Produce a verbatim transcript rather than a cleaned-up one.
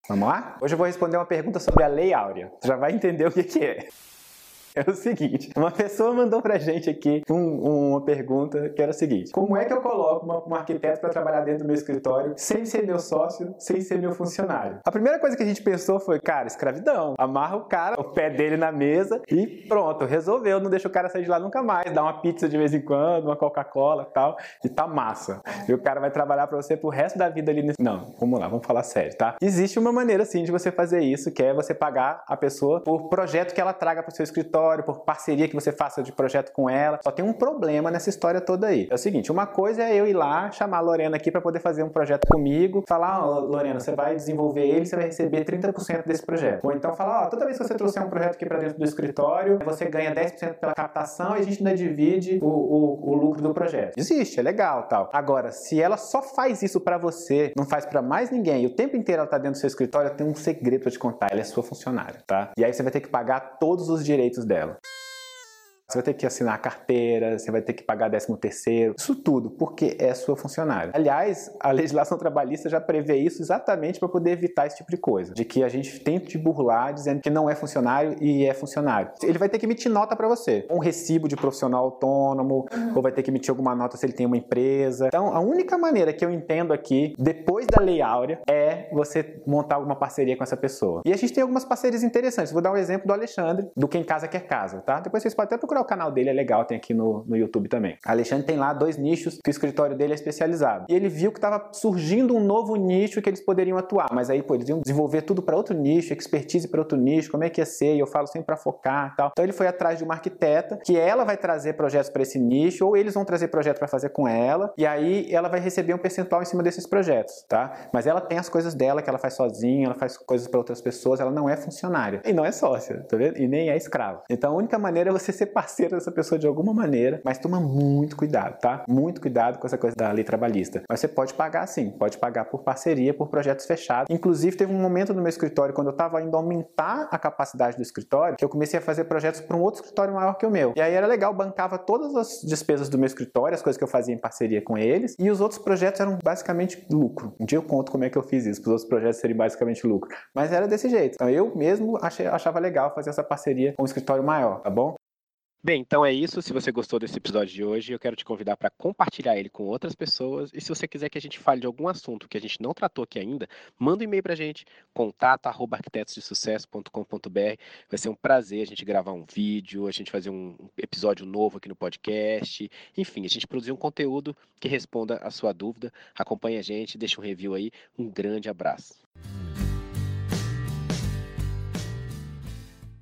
Vamos lá? Hoje eu vou responder uma pergunta sobre a Lei Áurea. Você já vai entender o que que é. É o seguinte, uma pessoa mandou pra gente aqui um, uma pergunta que era o seguinte: como é que eu coloco uma, um arquiteto para trabalhar dentro do meu escritório sem ser meu sócio, sem ser meu funcionário? A primeira coisa que a gente pensou foi, cara, escravidão. Amarra o cara, o pé dele na mesa e pronto, resolveu. Não deixa o cara sair de lá nunca mais. Dá uma pizza de vez em quando, uma Coca-Cola e tal, e tá massa. E o cara vai trabalhar pra você pro resto da vida ali nesse... Não, vamos lá, vamos falar sério, tá? Existe uma maneira sim de você fazer isso, que é você pagar a pessoa por projeto que ela traga pro seu escritório, por parceria que você faça de projeto com ela. Só tem um problema nessa história toda aí. É o seguinte, uma coisa é eu ir lá, chamar a Lorena aqui para poder fazer um projeto comigo, falar, ó, oh, Lorena, você vai desenvolver ele, você vai receber trinta por cento desse projeto. Ou então falar, ó, oh, toda vez que você trouxer um projeto aqui para dentro do escritório, você ganha dez por cento pela captação e a gente ainda divide o, o, o lucro do projeto. Existe, é legal, tal. Agora, se ela só faz isso para você, não faz para mais ninguém, e o tempo inteiro ela tá dentro do seu escritório, tem um segredo para te contar, ela é sua funcionária, tá? E aí você vai ter que pagar todos os direitos dela. Você vai ter que assinar a carteira, você vai ter que pagar décimo terceiro, isso tudo, porque é sua funcionária. Aliás, a legislação trabalhista já prevê isso exatamente para poder evitar esse tipo de coisa, de que a gente tente burlar dizendo que não é funcionário e é funcionário. Ele vai ter que emitir nota para você, um recibo de profissional autônomo, ou vai ter que emitir alguma nota se ele tem uma empresa. Então, a única maneira que eu entendo aqui, depois da Lei Áurea, é você montar alguma parceria com essa pessoa. E a gente tem algumas parcerias interessantes. Vou dar um exemplo do Alexandre, do Quem Casa Quer Casa, tá? Depois vocês podem até procurar o canal dele, é legal, tem aqui no, no YouTube também. A Alexandre tem lá dois nichos que o escritório dele é especializado. E ele viu que estava surgindo um novo nicho que eles poderiam atuar, mas aí, pô, eles iam desenvolver tudo para outro nicho, expertise para outro nicho, como é que ia ser, e eu falo sempre para focar e tal. Então ele foi atrás de uma arquiteta, que ela vai trazer projetos para esse nicho, ou eles vão trazer projetos para fazer com ela, e aí ela vai receber um percentual em cima desses projetos, tá? Mas ela tem as coisas dela, que ela faz sozinha, ela faz coisas para outras pessoas, ela não é funcionária. E não é sócia, tá vendo? E nem é escrava. Então a única maneira é você ser parceiro dessa pessoa de alguma maneira, mas toma muito cuidado, tá? Muito cuidado com essa coisa da lei trabalhista. Mas você pode pagar sim, pode pagar por parceria, por projetos fechados. Inclusive, teve um momento no meu escritório, quando eu estava indo aumentar a capacidade do escritório, que eu comecei a fazer projetos para um outro escritório maior que o meu. E aí era legal, bancava todas as despesas do meu escritório, as coisas que eu fazia em parceria com eles, e os outros projetos eram basicamente lucro. Um dia eu conto como é que eu fiz isso, para os outros projetos serem basicamente lucro. Mas era desse jeito. Então eu mesmo achei, achava legal fazer essa parceria com um escritório maior, tá bom? Bem, então é isso. Se você gostou desse episódio de hoje, eu quero te convidar para compartilhar ele com outras pessoas. E se você quiser que a gente fale de algum assunto que a gente não tratou aqui ainda, manda um e-mail para a gente, contato arroba arquitetos de sucesso ponto com ponto br. Vai ser um prazer a gente gravar um vídeo, a gente fazer um episódio novo aqui no podcast. Enfim, a gente produzir um conteúdo que responda a sua dúvida. Acompanhe a gente, deixa um review aí. Um grande abraço.